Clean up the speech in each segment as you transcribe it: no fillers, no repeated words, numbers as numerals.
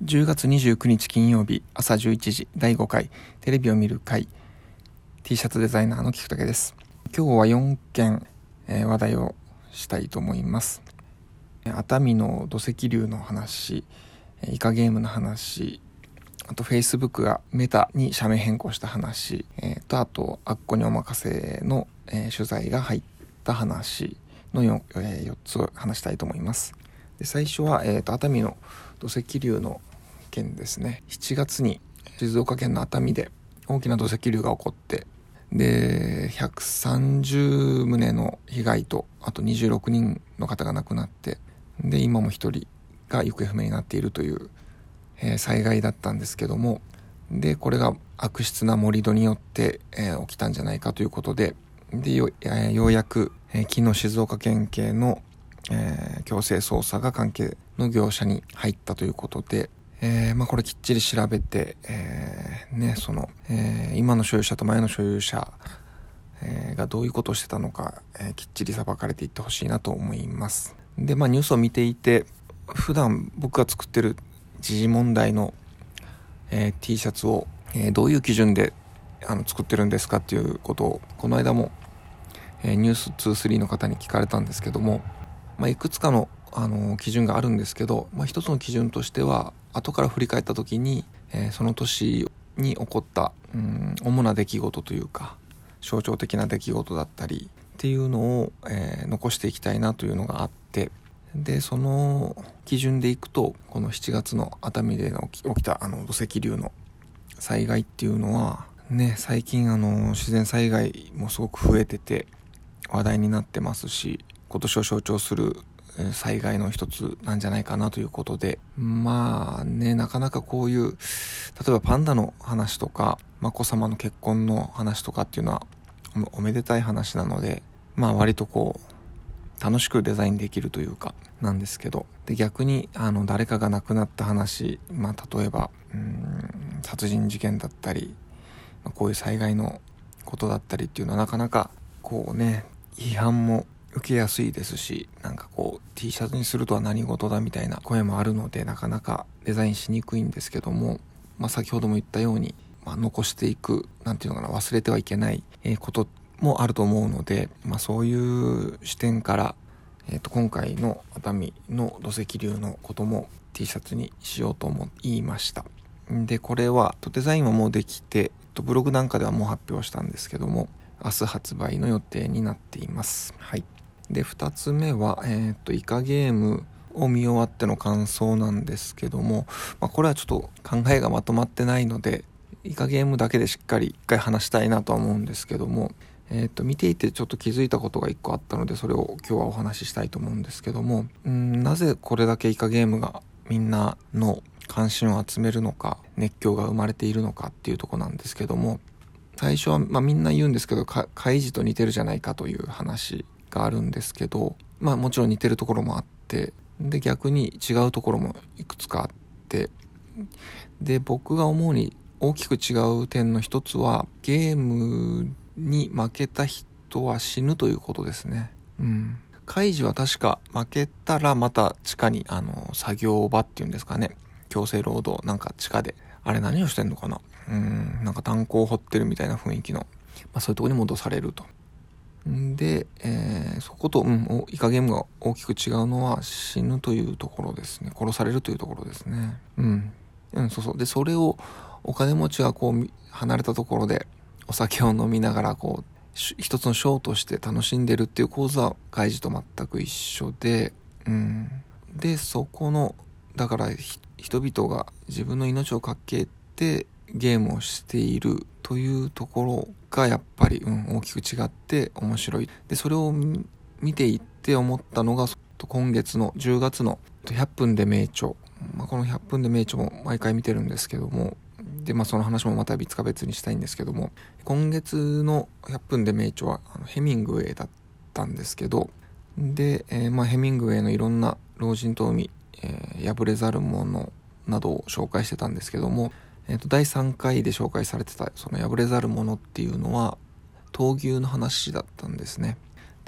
10月29日金曜日朝11時第5回テレビを見る会 T シャツデザイナーの菊竹です。今日は4件、話題をしたいと思います。熱海の土石流の話、イカゲームの話、あと Facebook がメタに社名変更した話、あとアッコにお任せの、取材が入った話の 4つを話したいと思います。で最初は、熱海の土石流の件ですね。7月に静岡県の熱海で大きな土石流が起こって、で130棟の被害と、あと26人の方が亡くなって、で今も1人が行方不明になっているという、災害だったんですけども、でこれが悪質な盛り土によって、起きたんじゃないかということで、ようやく、昨日静岡県警の強制捜査が関係の業者に入ったということで、これきっちり調べて、今の所有者と前の所有者、がどういうことをしてたのか、きっちり裁かれていってほしいなと思います。で、ニュースを見ていて、普段僕が作ってる時事問題の、T シャツを、どういう基準で作ってるんですかっていうことをこの間も、ニュース23の方に聞かれたんですけども、いくつかの、基準があるんですけど、一つの基準としては後から振り返った時に、その年に起こった、主な出来事というか象徴的な出来事だったりっていうのを、残していきたいなというのがあって、でその基準でいくと、この7月の熱海で起きた土石流の災害っていうのはね、最近自然災害もすごく増えてて話題になってますし、今年を象徴する災害の一つなんじゃないかなということで、なかなかこういう、例えばパンダの話とか眞子さまの結婚の話とかっていうのはおめでたい話なので、割とこう楽しくデザインできるというかなんですけど、で逆に誰かが亡くなった話、例えば殺人事件だったり、こういう災害のことだったりっていうのはなかなかこうね、批判も受けやすいですし、T シャツにするとは何事だみたいな声もあるので、なかなかデザインしにくいんですけども、先ほども言ったように、残していく、忘れてはいけないこともあると思うので、そういう視点から、今回の熱海の土石流のことも T シャツにしようと思いました。でこれはデザインはもうできて、ブログなんかではもう発表したんですけども、明日発売の予定になっています。はい。で2つ目は、イカゲームを見終わっての感想なんですけども、これはちょっと考えがまとまってないので、イカゲームだけでしっかり一回話したいなとは思うんですけども、見ていてちょっと気づいたことが一個あったので、それを今日はお話ししたいと思うんですけども、なぜこれだけイカゲームがみんなの関心を集めるのか、熱狂が生まれているのかっていうところなんですけども、最初はみんな言うんですけど、カイジと似てるじゃないかという話があるんですけど、もちろん似てるところもあって、で逆に違うところもいくつかあって、で僕が思うに大きく違う点の一つは、ゲームに負けた人は死ぬということですね。カイジは確か負けたらまた地下に作業場っていうんですかね、強制労働地下であれ何をしてんのかな、炭鉱を掘ってるみたいな雰囲気の、そういうところに戻されると。で、そこと、イカゲームが大きく違うのは死ぬというところですね。殺されるというところですね。そう。で、それをお金持ちが離れたところでお酒を飲みながら一つのショーとして楽しんでるっていう構図はカイジと全く一緒で、で、そこの、だから人々が自分の命をかけてゲームをしているというところがやっぱり、大きく違って面白い。でそれを見ていって思ったのが、今月の10月の100分で名著、この100分で名著も毎回見てるんですけども、でその話もまた別か別にしたいんですけども、今月の100分で名著はヘミングウェイだったんですけど、で、ヘミングウェイのいろんな老人と海、破れざる者などを紹介してたんですけども、第3回で紹介されてたその破れざる者っていうのは闘牛の話だったんですね。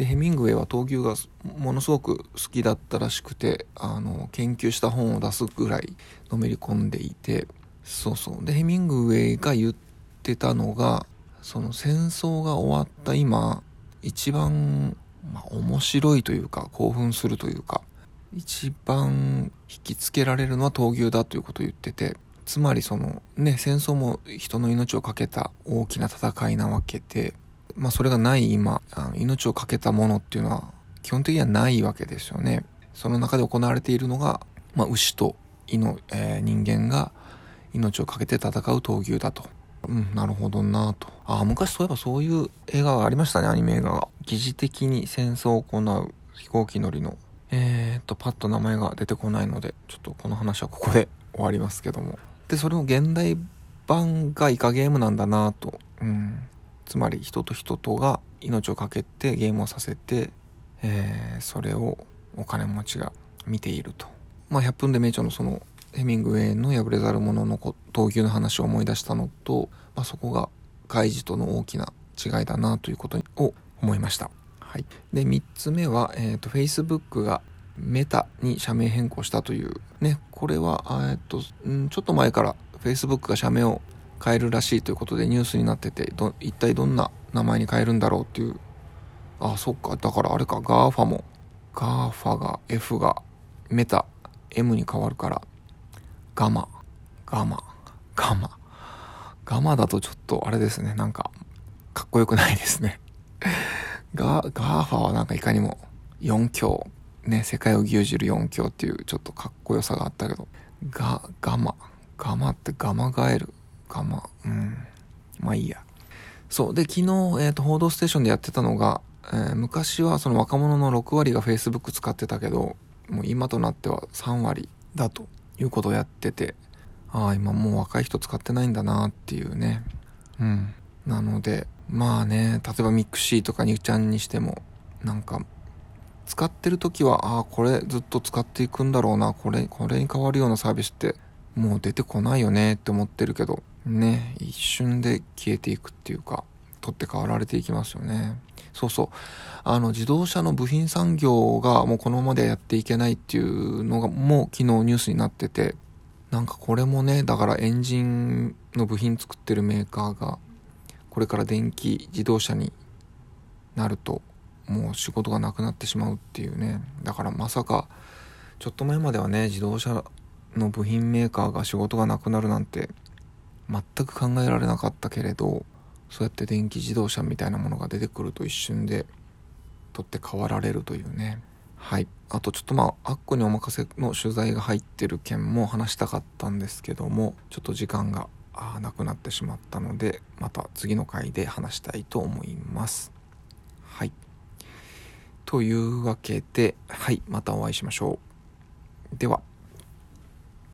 でヘミングウェイは闘牛がものすごく好きだったらしくて、研究した本を出すぐらいのめり込んでいて、でヘミングウェイが言ってたのが、その戦争が終わった今一番、面白いというか興奮するというか一番引きつけられるのは闘牛だということを言ってて、つまりそのね、戦争も人の命を懸けた大きな戦いなわけで、それがない今、命を懸けたものっていうのは基本的にはないわけですよね。その中で行われているのが、牛と人間が命を懸けて戦う闘牛だと。なるほどなと。昔そういえばそういう映画がありましたね、アニメ映画が。疑似的に戦争を行う飛行機乗りのパッと名前が出てこないので、ちょっとこの話はここで終わりますけども。で、それの現代版がイカゲームなんだなと。つまり人と人とが命を懸けてゲームをさせて、それをお金持ちが見ていると。100分で名著のそのヘミングウェイの破れざる者の闘牛の話を思い出したのと、そこが開示との大きな違いだなということを思いました。はい。で、3つ目は、Facebook がメタに社名変更したというね、これはちょっと前から Facebook が社名を変えるらしいということでニュースになってて、一体どんな名前に変えるんだろうっていう。そっか、だからあれか、GAFA が F がメタ M に変わるからガマだとちょっとあれですね、なんかかっこよくないですね。GAFA はなんかいかにも4強ね、世界を牛耳る4強っていうちょっとかっこよさがあったけど、ガマってガマガエル、いいや。そうで、昨日報道ステーションでやってたのが、昔はその若者の6割が Facebook 使ってたけど、もう今となっては3割だということをやってて、今もう若い人使ってないんだなっていうね。なので例えばミクシーとかニュちゃんにしても、なんか使ってる時はこれずっと使っていくんだろうな、これに変わるようなサービスってもう出てこないよねって思ってるけどね、一瞬で消えていくっていうか、取って代わられていきますよね。自動車の部品産業がもうこのままではやっていけないっていうのがもう昨日ニュースになってて、なんかこれもね、だからエンジンの部品作ってるメーカーがこれから電気自動車になるともう仕事がなくなってしまうっていうね。だからまさかちょっと前まではね、自動車の部品メーカーが仕事がなくなるなんて全く考えられなかったけれど、そうやって電気自動車みたいなものが出てくると一瞬で取って代わられるというね。はい。あとちょっとアッコにお任せの取材が入ってる件も話したかったんですけども、ちょっと時間がなくなってしまったので、また次の回で話したいと思います。はい。というわけで、またお会いしましょう。では。